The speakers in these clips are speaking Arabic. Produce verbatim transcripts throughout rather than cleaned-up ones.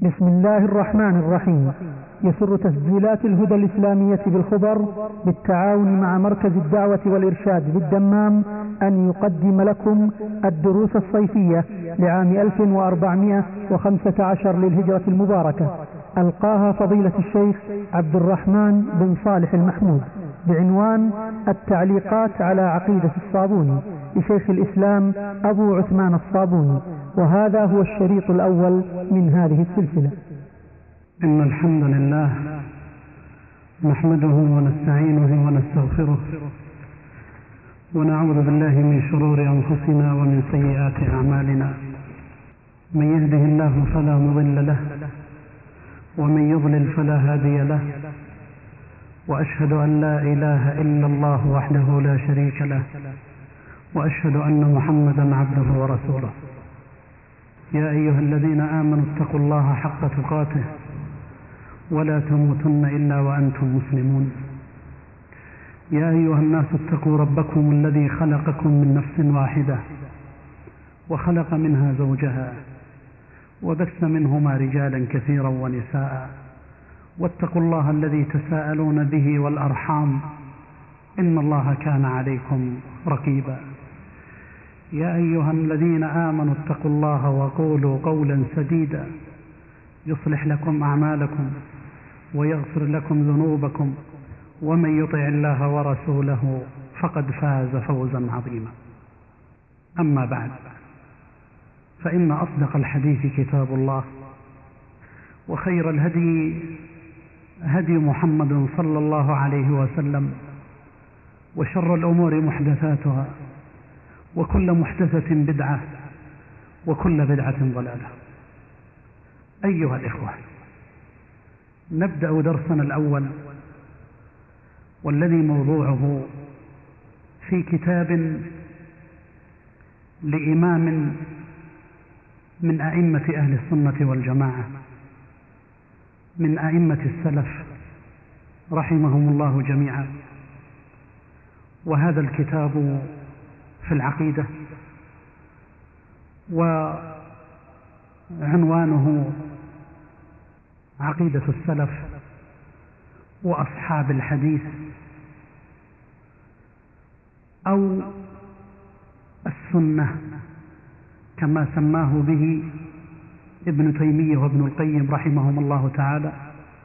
بسم الله الرحمن الرحيم. يسر تسجيلات الهدى الإسلامية بالخبر بالتعاون مع مركز الدعوة والإرشاد بالدمام أن يقدم لكم الدروس الصيفية لعام ألف وأربعمائة وخمسة عشر للهجرة المباركة، ألقاها فضيلة الشيخ عبد الرحمن بن صالح المحمود بعنوان التعليقات على عقيدة الصابوني لشيخ الإسلام أبو عثمان الصابوني، وهذا هو الشريط الأول من هذه السلسلة. إن الحمد لله نحمده ونستعينه ونستغفره ونعوذ بالله من شرور أنفسنا ومن سيئات أعمالنا، من يهده الله فلا مضل له ومن يضلل فلا هادي له، وأشهد أن لا إله إلا الله وحده لا شريك له، وأشهد أن محمدا عبده ورسوله. يا أيها الذين آمنوا اتقوا الله حق تقاته ولا تموتن إلا وأنتم مسلمون. يا أيها الناس اتقوا ربكم الذي خلقكم من نفس واحدة وخلق منها زوجها وبث منهما رجالا كثيرا ونساء، واتقوا الله الذي تساءلون به والأرحام إن الله كان عليكم رقيبا. يا أيها الذين آمنوا اتقوا الله وقولوا قولا سديدا يصلح لكم أعمالكم ويغفر لكم ذنوبكم، ومن يطع الله ورسوله فقد فاز فوزا عظيما. أما بعد، فإن أصدق الحديث كتاب الله، وخير الهدي هدي محمد صلى الله عليه وسلم، وشر الأمور محدثاتها، وكل محدثة بدعة، وكل بدعة ضلالة. أيها الإخوة، نبدأ درسنا الأول، والذي موضوعه في كتاب لإمام من أئمة أهل السنة والجماعة، من أئمة السلف رحمهم الله جميعا، وهذا الكتاب في العقيدة، وعنوانه عقيدة السلف وأصحاب الحديث، أو السنة كما سماه به ابن تيمية وابن القيم رحمهم الله تعالى،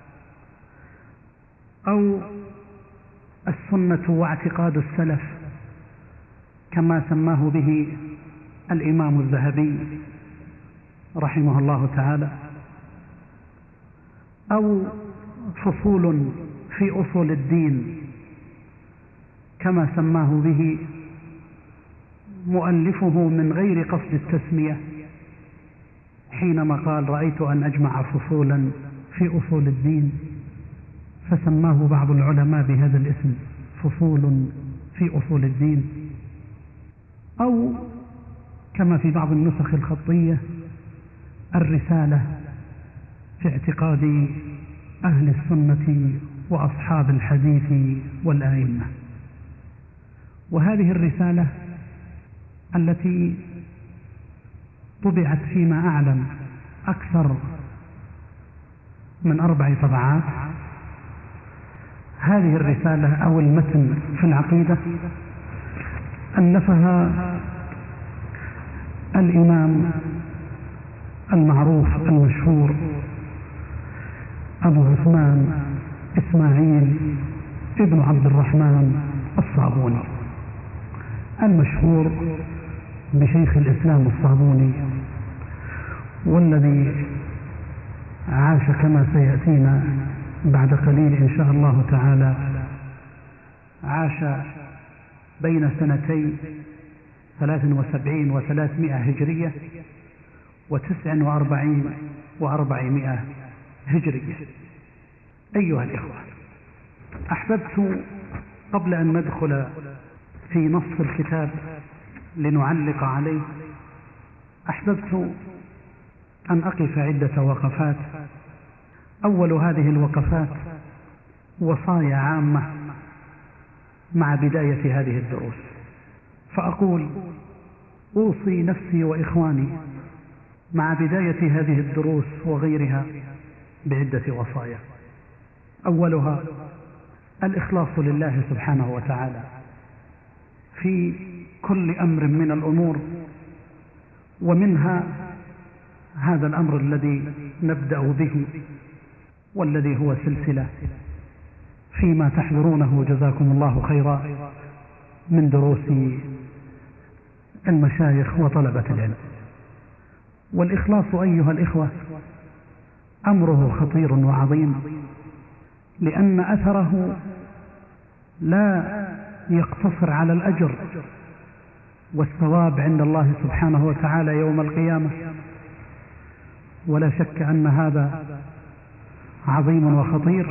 أو السنة واعتقاد السلف كما سماه به الإمام الذهبي رحمه الله تعالى، أو فصول في أصول الدين كما سماه به مؤلفه من غير قصد التسمية، حينما قال رأيت أن أجمع فصولا في أصول الدين، فسماه بعض العلماء بهذا الاسم، فصول في أصول الدين، أو كما في بعض النسخ الخطية الرسالة في اعتقاد أهل السنة وأصحاب الحديث والآئمة. وهذه الرسالة التي طبعت فيما أعلم أكثر من أربع طبعات، هذه الرسالة أو المتن في العقيدة ألفها الإمام المعروف المشهور أبو عثمان إسماعيل ابن عبد الرحمن الصابوني، المشهور بشيخ الإسلام الصابوني، والذي عاش كما سيأتينا بعد قليل إن شاء الله تعالى، عاش بين سنتي ثلاث وسبعين وثلاثمائة هجرية وتسع وأربعين وأربعمائة هجرية. أيها الإخوة، أحببت قبل أن ندخل في نص الكتاب لنعلق عليه، أحببت أن أقف عدة وقفات. أول هذه الوقفات وصايا عامة مع بداية هذه الدروس، فأقول: أوصي نفسي وإخواني مع بداية هذه الدروس وغيرها بعدة وصايا. أولها الإخلاص لله سبحانه وتعالى في كل أمر من الأمور، ومنها هذا الأمر الذي نبدأ به والذي هو سلسلة فيما تحضرونه جزاكم الله خيرا من دروس المشايخ وطلبة العلم. والإخلاص أيها الإخوة أمره خطير وعظيم، لأن أثره لا يقتصر على الأجر والثواب عند الله سبحانه وتعالى يوم القيامة، ولا شك أن هذا عظيم وخطير،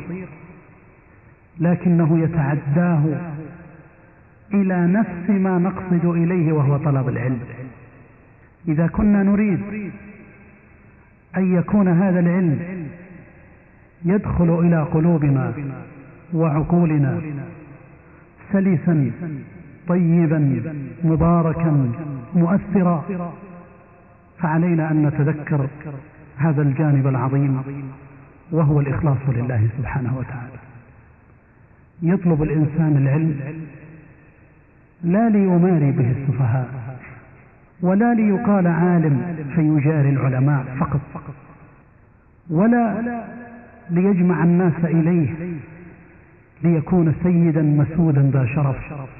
لكنه يتعداه إلى نفس ما نقصد إليه وهو طلب العلم. إذا كنا نريد أن يكون هذا العلم يدخل إلى قلوبنا وعقولنا سلسا طيبا مباركا مؤثرا، فعلينا أن نتذكر هذا الجانب العظيم وهو الإخلاص لله سبحانه وتعالى. يطلب الإنسان العلم لا ليماري به السفهاء، ولا ليقال عالم فيجاري العلماء فقط، ولا ليجمع الناس إليه ليكون سيدا مسودا ذا شرف،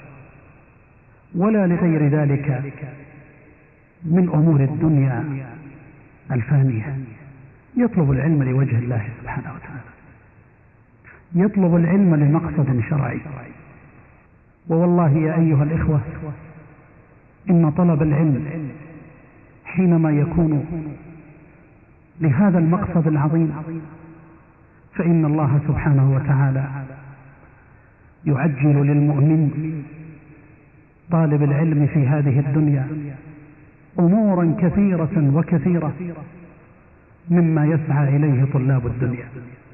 ولا لغير ذلك من أمور الدنيا الفانية. يطلب العلم لوجه الله سبحانه وتعالى، يطلب العلم لمقصد شرعي. ووالله يا أيها الإخوة إن طلب العلم حينما يكون لهذا المقصد العظيم فإن الله سبحانه وتعالى يعجل للمؤمن طالب العلم في هذه الدنيا أمورا كثيرة وكثيرة مما يسعى إليه طلاب الدنيا،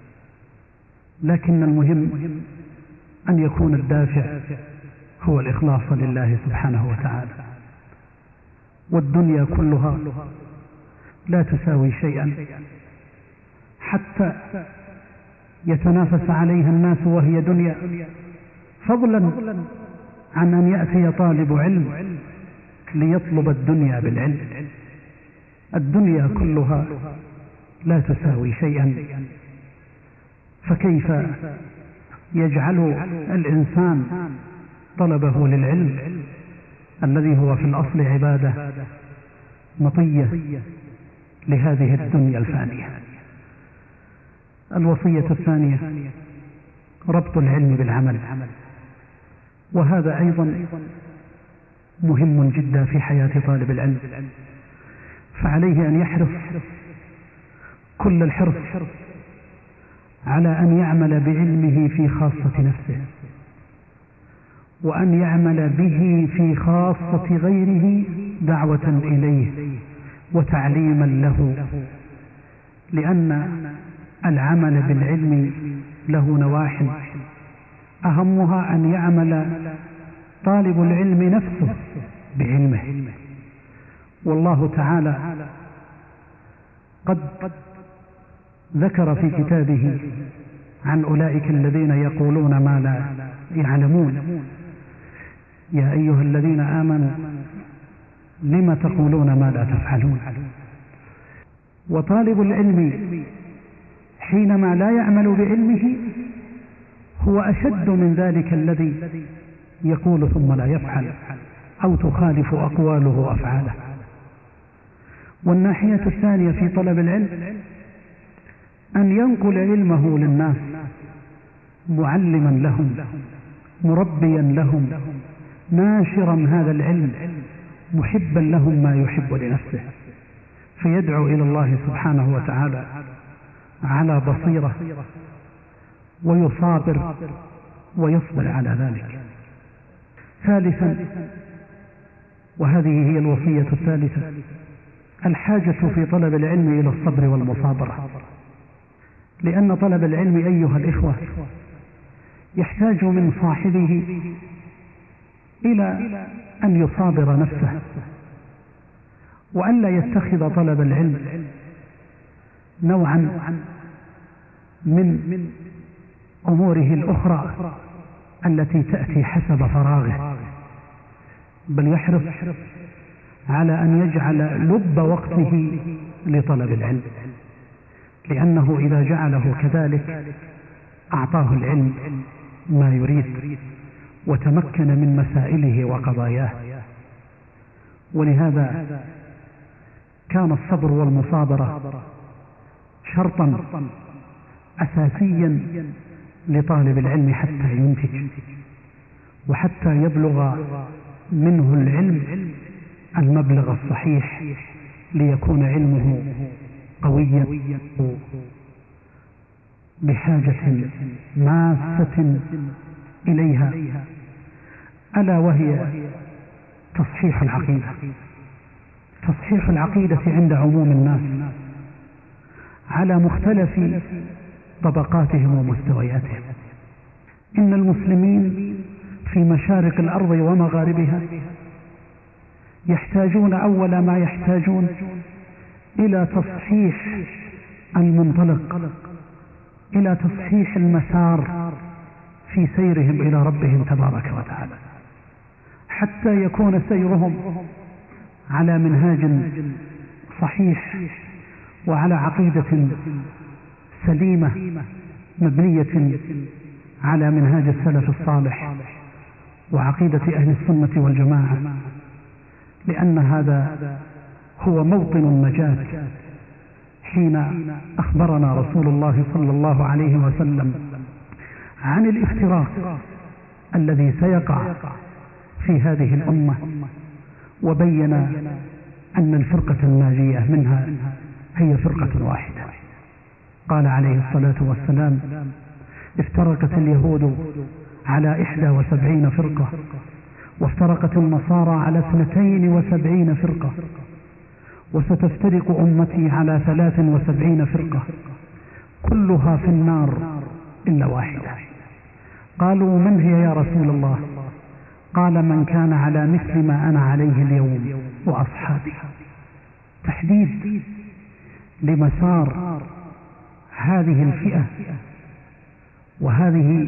لكن المهم أن يكون الدافع هو الإخلاص لله سبحانه وتعالى. والدنيا كلها لا تساوي شيئا حتى يتنافس عليها الناس وهي دنيا، فضلا عن أن يأتي طالب علم ليطلب الدنيا بالعلم. الدنيا كلها لا تساوي شيئا، فكيف يجعل الإنسان طلبه للعلم الذي هو في الأصل عبادة مطية لهذه الدنيا الفانية. الوصية الثانية ربط العلم بالعمل، وهذا أيضا مهم جدا في حياة طالب العلم، فعليه أن يحرص كل الحرص على أن يعمل بعلمه في خاصة نفسه، وأن يعمل به في خاصة غيره دعوة إليه وتعليما له، لأن العمل بالعلم له نواح، أهمها أن يعمل طالب العلم نفسه بعلمه. والله تعالى قد ذكر في كتابه عن أولئك الذين يقولون ما لا يعلمون: يا أيها الذين آمنوا لم تقولون ما لا تفعلون. وطالب العلم حينما لا يعمل بعلمه هو أشد من ذلك الذي يقول ثم لا يفعل أو تخالف أقواله أفعاله. والناحية الثانية في طلب العلم أن ينقل علمه للناس معلما لهم مربيا لهم ناشرا هذا العلم محبا لهم ما يحب لنفسه، فيدعو إلى الله سبحانه وتعالى على بصيرة ويصابر ويصبر على ذلك. ثالثا، وهذه هي الوصية الثالثة، الحاجة في طلب العلم إلى الصبر والمصابرة، لأن طلب العلم أيها الإخوة يحتاج من صاحبه إلى أن يصابر نفسه وألا يتخذ طلب العلم نوعا من أموره الأخرى التي تأتي حسب فراغه، بل يحرص على أن يجعل لب وقته لطلب العلم، لأنه إذا جعله كذلك أعطاه العلم ما يريد وتمكن من مسائله وقضاياه. ولهذا كان الصبر والمصابرة شرطا أساسيا لطالب العلم حتى ينتج وحتى يبلغ منه العلم المبلغ الصحيح ليكون علمه قويا بحاجة ماسة إليها، ألا وهي تصحيح العقيدة. تصحيح العقيدة عند عموم الناس على مختلف طبقاتهم ومستوياتهم. إن المسلمين في مشارق الأرض ومغاربها يحتاجون أول ما يحتاجون إلى تصحيح المنطلق، إلى تصحيح المسار في سيرهم إلى ربهم تبارك وتعالى، حتى يكون سيرهم على منهاج صحيح وعلى عقيدة سليمة مبنية على منهاج السلف الصالح وعقيدة أهل السنة والجماعة، لأن هذا هو موطن النجاة. حين أخبرنا رسول الله صلى الله عليه وسلم عن الافتراق الذي سيقع في هذه الأمة، وبين أن الفرقة الناجية منها هي فرقة واحدة، قال عليه الصلاة والسلام: افترقت اليهود على إحدى وسبعين فرقة، وافترقت النصارى على اثنتين وسبعين فرقة، وستفترق أمتي على ثلاث وسبعين فرقة، كلها في النار إلا واحدة. قالوا: من هي يا رسول الله؟ قال: من كان على مثل ما أنا عليه اليوم وأصحابي. تحديد لمسار هذه الفئة وهذه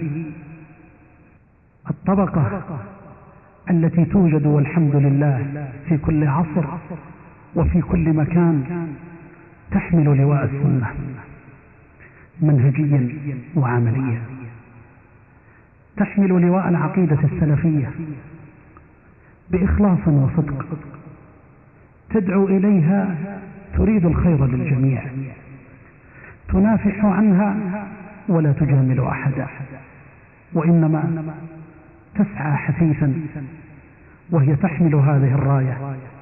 الطبقة التي توجد والحمد لله في كل عصر وفي كل مكان، تحمل لواء السنة منهجيا وعمليا، تحمل لواء العقيدة السلفية بإخلاص وصدق، تدعو إليها، تريد الخير للجميع، تنافح عنها ولا تجامل أحدا، وإنما تسعى حثيثا وهي تحمل هذه الراية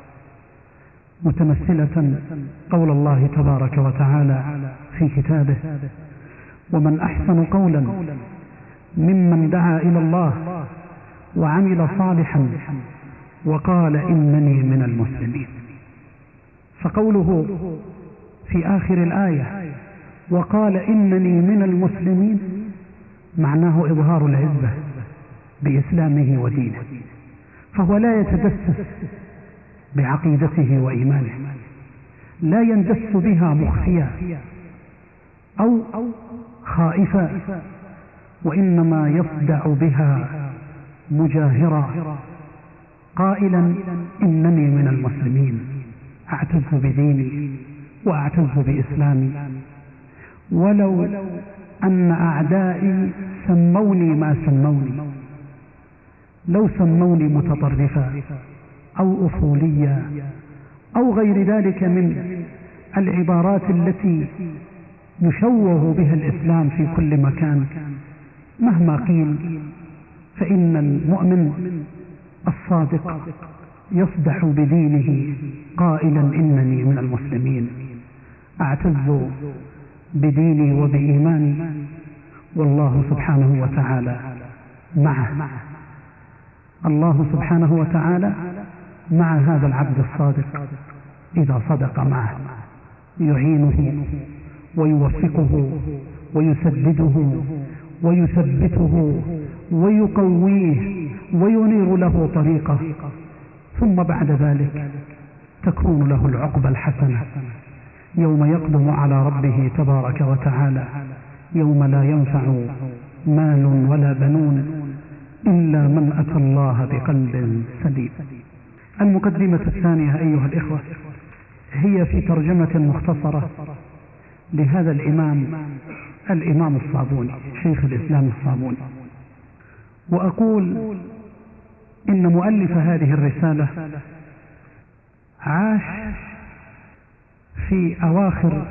متمثلة قول الله تبارك وتعالى في كتابه: ومن أحسن قولا ممن دعا إلى الله وعمل صالحا وقال إنني من المسلمين. فقوله في آخر الآية وقال إنني من المسلمين معناه إظهار العزة بإسلامه ودينه، فهو لا يتدسس بعقيدته وإيمانه، لا يندس بها مخفيا أو خائفا، وإنما يصدع بها مجاهرا قائلا إنني من المسلمين، أعتز بديني وأعتز بإسلامي، ولو أن أعدائي سموني ما سموني، لو سموني متطرفا أو أصوليا أو غير ذلك من العبارات التي يشوه بها الإسلام في كل مكان، مهما قيل فإن المؤمن الصادق يصدح بدينه قائلا إنني من المسلمين، أعتز بديني وبإيماني، والله سبحانه وتعالى معه. الله سبحانه وتعالى مع هذا العبد الصادق إذا صدق معه، يعينه ويوفقه ويسدده ويثبته ويقويه وينير له طريقه، ثم بعد ذلك تكون له العقبى الحسنة يوم يقدم على ربه تبارك وتعالى، يوم لا ينفع مال ولا بنون إلا من أتى الله بقلب سليم. المقدمة الثانية أيها الإخوة هي في ترجمة مختصرة لهذا الإمام الإمام الصابوني شيخ الإسلام الصابوني. وأقول إن مؤلف هذه الرسالة عاش في أواخر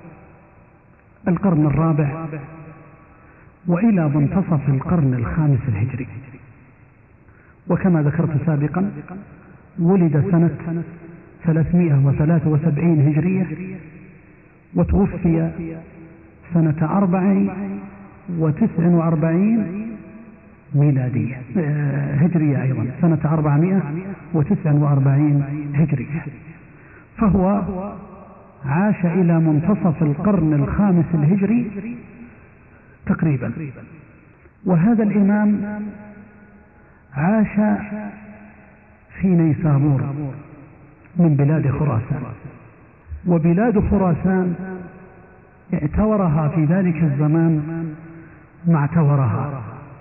القرن الرابع وإلى منتصف القرن الخامس الهجري، وكما ذكرت سابقا ولد سنة ثلاثمائة وثلاثة وسبعين هجرية وتوفي سنة أربع وتسع وأربعين ميلادية هجرية، أيضا سنة أربعمائة وتسع وأربعين هجرية، فهو عاش إلى منتصف القرن الخامس الهجري تقريبا. وهذا الإمام عاش في نيسابور من بلاد خراسان، وبلاد خراسان اعتورها في ذلك الزمان ما اعتورها،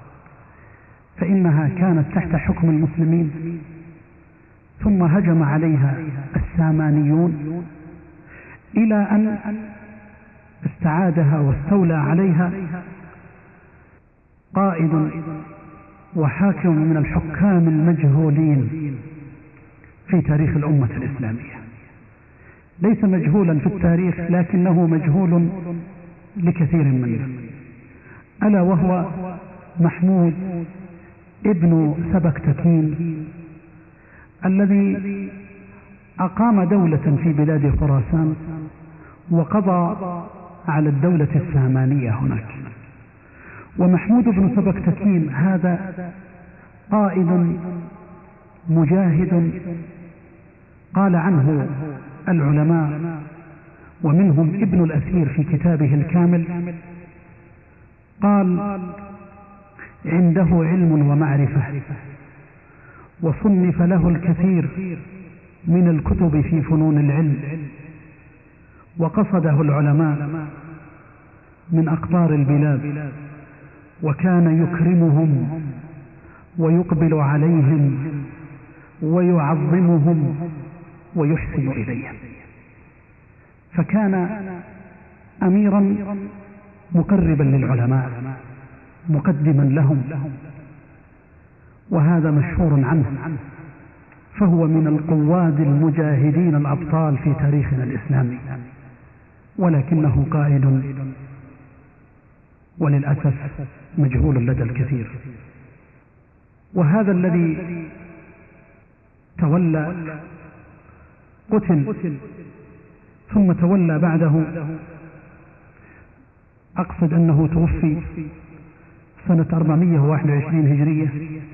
فإنها كانت تحت حكم المسلمين، ثم هجم عليها السامانيون إلى أن استعادها واستولى عليها قائد وحاكم من الحكام المجهولين في تاريخ الأمة الإسلامية. ليس مجهولا في التاريخ لكنه مجهول لكثير منه، ألا وهو محمود ابن سبكتكين الذي أقام دولة في بلاد خراسان وقضى على الدولة السامانية هناك. ومحمود بن سبكتكين هذا قائد مجاهد قال عنه العلماء ومنهم ابن الأثير في كتابه الكامل قال عنده علم ومعرفة، وصنف له الكثير من الكتب في فنون العلم، وقصده العلماء من أقطار البلاد، وكان يكرمهم ويقبل عليهم ويعظمهم ويحسن إليهم، فكان أميرا مقربا للعلماء مقدما لهم، وهذا مشهور عنه، فهو من القواد المجاهدين الأبطال في تاريخنا الإسلامي، ولكنه قائد وللأسف مجهول لدى الكثير. وهذا الذي تولى قتل، ثم تولى بعده، أقصد أنه توفي سنة أربعمائة وواحد وعشرين هجرية،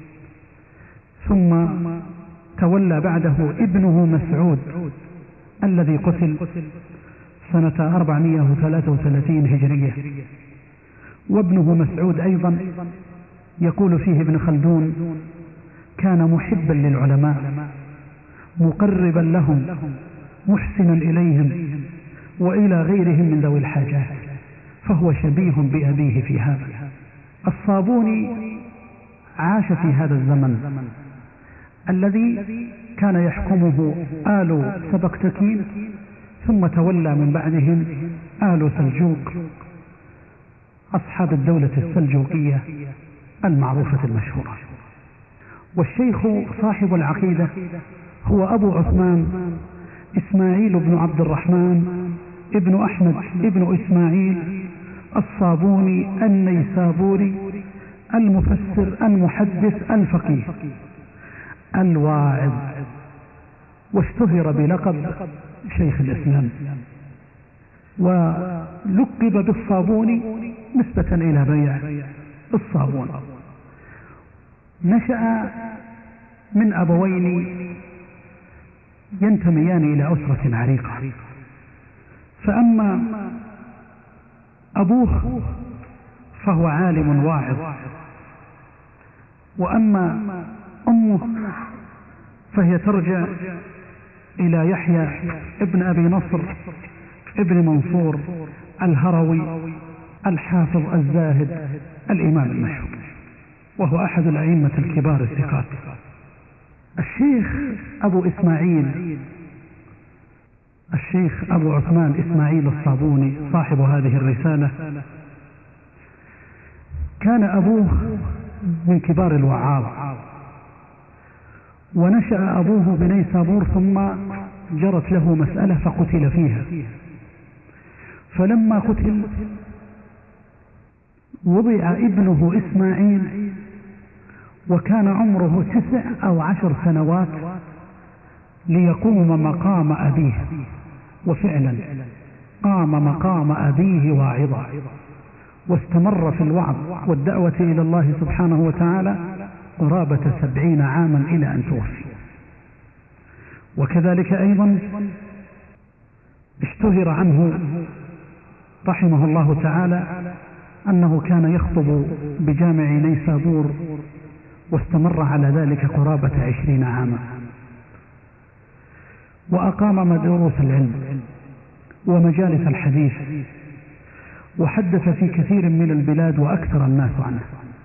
ثم تولى بعده ابنه مسعود الذي قتل سنة أربعمائة وثلاثة وثلاثين هجرية. وابنه مسعود أيضا يقول فيه ابن خلدون كان محبا للعلماء مقربا لهم محسنا إليهم وإلى غيرهم من ذوي الحاجات، فهو شبيه بأبيه في هذا. الصابوني عاش في هذا الزمن الذي كان يحكمه آل سبكتكين، ثم تولى من بعدهم آل سلجوق أصحاب الدولة السلجوقية المعروفة المشهورة. والشيخ صاحب العقيدة هو أبو عثمان إسماعيل بن عبد الرحمن ابن أحمد ابن إسماعيل الصابوني النيسابوري المفسر المحدث الفقيه الواعظ، واشتهر بلقب شيخ الإسلام، ولقب بالصابوني نسبة إلى بيع الصابون. نشأ من أبوين ينتميان إلى أسرة عريقة، فأما أبوه فهو عالم واعظ، وأما أمه فهي ترجع إلى يحيى ابن أبي نصر ابن منصور الهروي الحافظ الزاهد الإمام المشهور، وهو أحد الأئمة الكبار الثقات. الشيخ أبو إسماعيل الشيخ أبو عثمان إسماعيل الصابوني صاحب هذه الرسالة كان أبوه من كبار الوعاظ، ونشأ أبوه بنيسابور ثم جرت له مسألة فقتل فيها، فلما قتل وضع ابنه إسماعيل وكان عمره تسع أو عشر سنوات ليقوم مقام أبيه، وفعلا قام مقام أبيه واعظا، واستمر في الوعظ والدعوة إلى الله سبحانه وتعالى قرابة سبعين عاما إلى أن توفي. وكذلك أيضا اشتهر عنه رحمه الله تعالى أنه كان يخطب بجامع نيسابور، واستمر على ذلك قرابة عشرين عاما، وأقام مدروس العلم ومجالس الحديث، وحدث في كثير من البلاد وأكثر الناس عنه،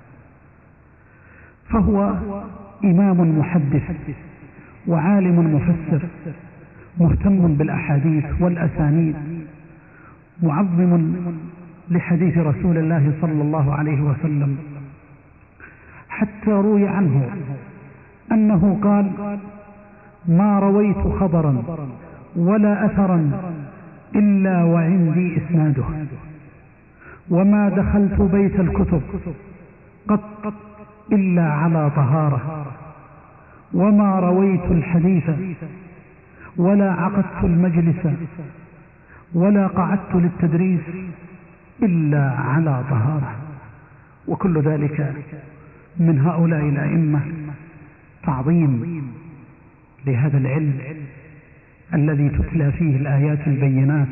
فهو إمام محدث وعالم مفسر مهتم بالأحاديث والأسانيد، معظم لحديث رسول الله صلى الله عليه وسلم، حتى روي عنه أنه قال: ما رويت خبرا ولا أثرا إلا وعندي إسناده، وما دخلت بيت الكتب قط إلا على طهارة، وما رويت الحديث ولا عقدت المجلس ولا قعدت للتدريس إلا على طهارة. وكل ذلك من هؤلاء الأئمة تعظيم لهذا العلم الذي تتلى فيه الآيات البينات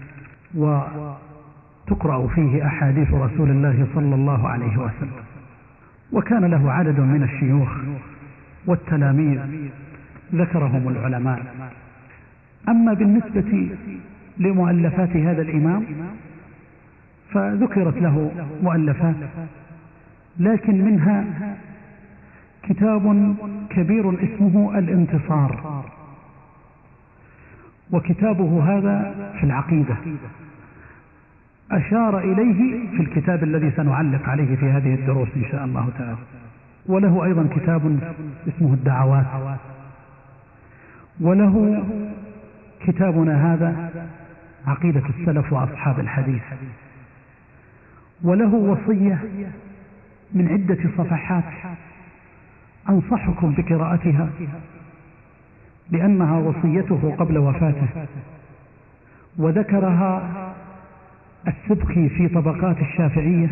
وتقرأ فيه أحاديث رسول الله صلى الله عليه وسلم. وكان له عدد من الشيوخ والتلاميذ ذكرهم العلماء. أما بالنسبة لمؤلفات هذا الإمام فذكرت له مؤلفات، لكن منها كتاب كبير اسمه الانتصار، وكتابه هذا في العقيدة أشار إليه في الكتاب الذي سنعلق عليه في هذه الدروس إن شاء الله تعالى. وله أيضا كتاب اسمه الدعوات، وله كتابنا هذا عقيدة السلف وأصحاب الحديث، وله وصية من عدة صفحات أنصحكم بقراءتها لأنها وصيته قبل وفاته، وذكرها السبكي في طبقات الشافعية،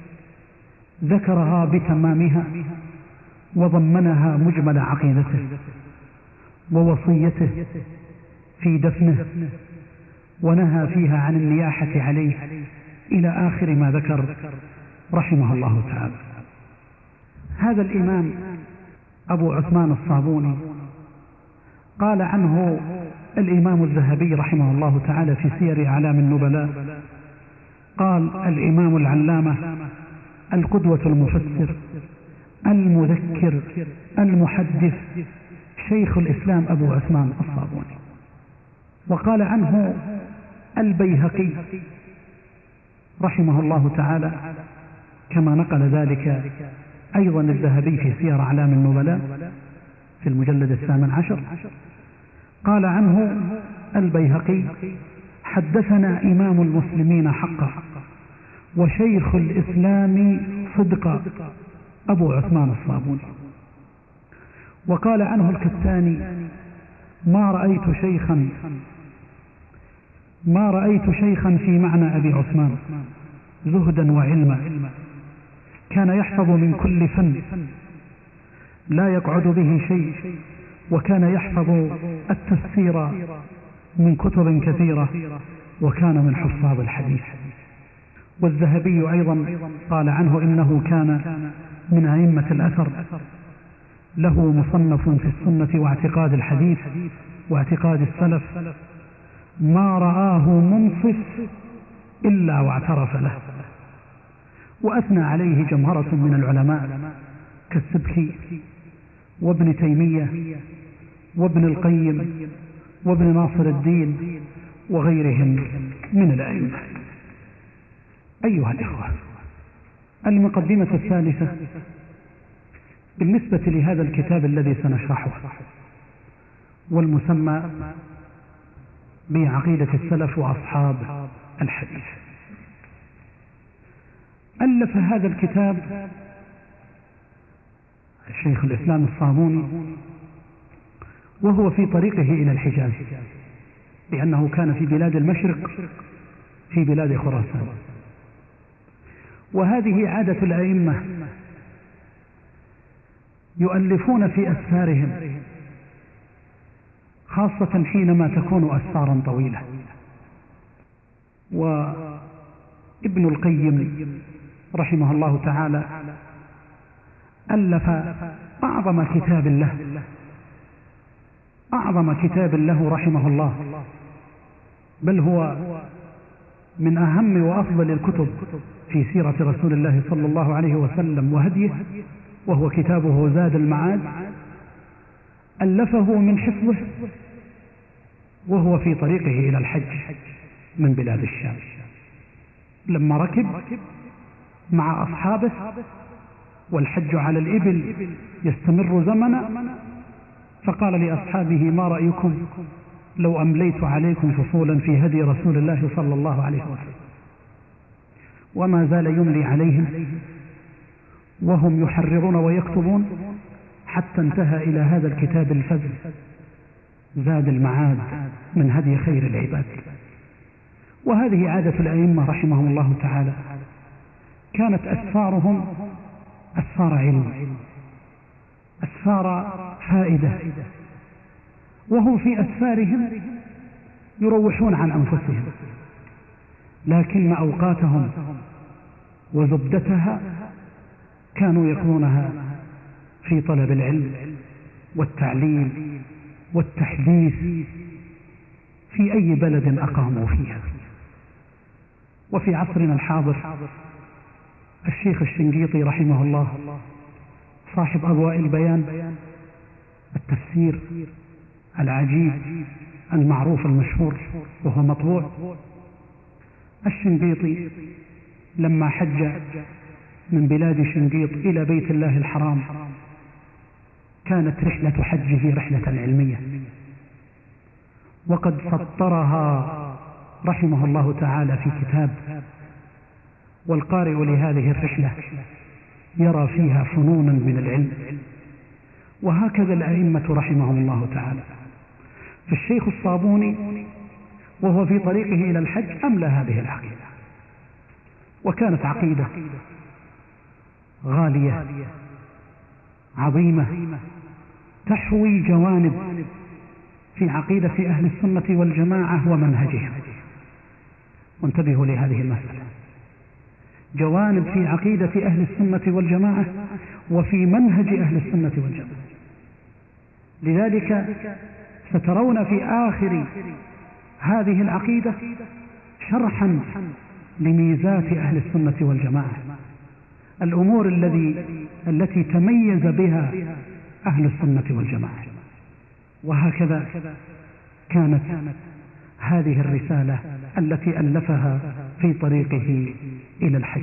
ذكرها بتمامها وضمنها مجمل عقيدته ووصيته في دفنه، ونهى فيها عن النياحة عليه إلى آخر ما ذكر رحمه الله تعالى. هذا الإمام أبو عثمان الصابوني قال عنه الإمام الذهبي رحمه الله تعالى في سير أعلام النبلاء، قال: الإمام العلامة القدوة المفسر المذكر المحدث شيخ الإسلام أبو عثمان الصابوني. وقال عنه البيهقي رحمه الله تعالى كما نقل ذلك أيضا الذهبي في سير أعلام النبلاء في المجلد الثامن عشر، قال عنه البيهقي: حدثنا إمام المسلمين حقا وشيخ الإسلام صدقا أبو عثمان الصابوني. وقال عنه الكتاني: ما رأيت شيخا ما رأيت شيخا في معنى أبي عثمان زهدا وعلما، كان يحفظ من كل فن لا يقعد به شيء، وكان يحفظ التفسير من كتب كثيرة، وكان من حفاظ الحديث. والذهبي أيضا قال عنه إنه كان من أئمة الأثر له مصنف في السنة واعتقاد الحديث واعتقاد السلف ما رآه منصف إلا واعترف له، وأثنى عليه جمهرة من العلماء كالسبكي وابن تيمية وابن القيم وابن ناصر الدين وغيرهم من الأئمة. أيها الإخوة، المقدمة الثالثة بالنسبة لهذا الكتاب الذي سنشرحه والمسمى بعقيدة السلف وأصحاب الحديث. ألف هذا الكتاب الشيخ الإسلام الصابوني وهو في طريقه إلى الحجاز، لأنه كان في بلاد المشرق في بلاد خراسان، وهذه عادة الأئمة يؤلفون في أسفارهم، خاصة حينما تكون أسفارا طويلة. وابن القيم رحمه الله تعالى ألف أعظم كتاب له أعظم كتاب له رحمه الله، بل هو من أهم وأفضل الكتب في سيرة رسول الله صلى الله عليه وسلم وهديه، وهو كتابه زاد المعاد. ألفه من حفظه وهو في طريقه إلى الحج من بلاد الشام، لما ركب مع أصحابه والحج على الإبل يستمر زمنا، فقال لأصحابه: ما رأيكم لو أمليت عليكم فصولا في هدي رسول الله صلى الله عليه وسلم؟ وما زال يملي عليهم وهم يحررون ويكتبون حتى انتهى إلى هذا الكتاب الفذ زاد المعاد من هدي خير العباد. وهذه عادة الأئمة رحمهم الله تعالى، كانت أسفارهم أسفار علم، أسفار فائدة، وهم في أسفارهم يروحون عن أنفسهم، لكن أوقاتهم وزبدتها كانوا يقضونها في طلب العلم والتعليم والتحديث في أي بلد أقاموا فيها. وفي عصرنا الحاضر الشيخ الشنقيطي رحمه الله صاحب أضواء البيان، التفسير العجيب المعروف المشهور وهو مطبوع، الشنقيطي لما حج من بلاد شنقيط إلى بيت الله الحرام كانت رحلة حجه رحلة علمية، وقد سطرها رحمه الله تعالى في كتاب، والقارئ لهذه الرحلة يرى فيها فنونا من العلم. وهكذا الأئمة رحمهم الله تعالى. فالشيخ الصابوني وهو في طريقه إلى الحج أملى هذه العقيدة، وكانت عقيدة غالية عظيمة تحوي جوانب في عقيدة أهل السنة والجماعة ومنهجهم. وانتبهوا لهذه المسألة، جوانب في عقيدة أهل السنة والجماعة وفي منهج أهل السنة والجماعة. لذلك سترون في آخر هذه العقيدة شرحا لميزات أهل السنة والجماعة، الأمور الذي التي تميز بها أهل السنة والجماعة. وهكذا كانت هذه الرسالة التي ألفها في طريقه إلى الحج.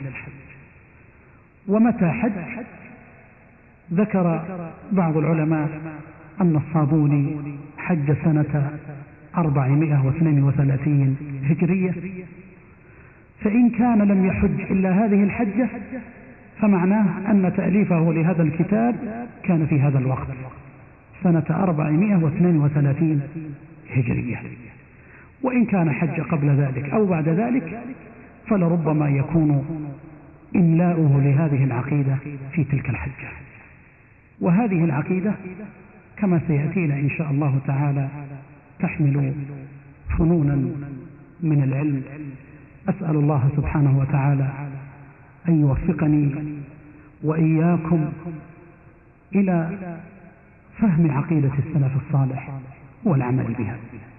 ومتى حج؟ ذكر بعض العلماء أن الصابوني حج سنة أربعمائة واثنين وثلاثين هجرية، فإن كان لم يحج إلا هذه الحجة فمعناه أن تأليفه لهذا الكتاب كان في هذا الوقت سنة أربعمائة واثنين وثلاثين هجرية. وإن كان حج قبل ذلك أو بعد ذلك فلربما يكون إملاؤه لهذه العقيدة في تلك الحجة. وهذه العقيدة كما سيأتينا إن شاء الله تعالى تحمل فنونا من العلم. أسأل الله سبحانه وتعالى أن يوفقني وإياكم إلى فهم عقيدة السلف الصالح والعمل بها.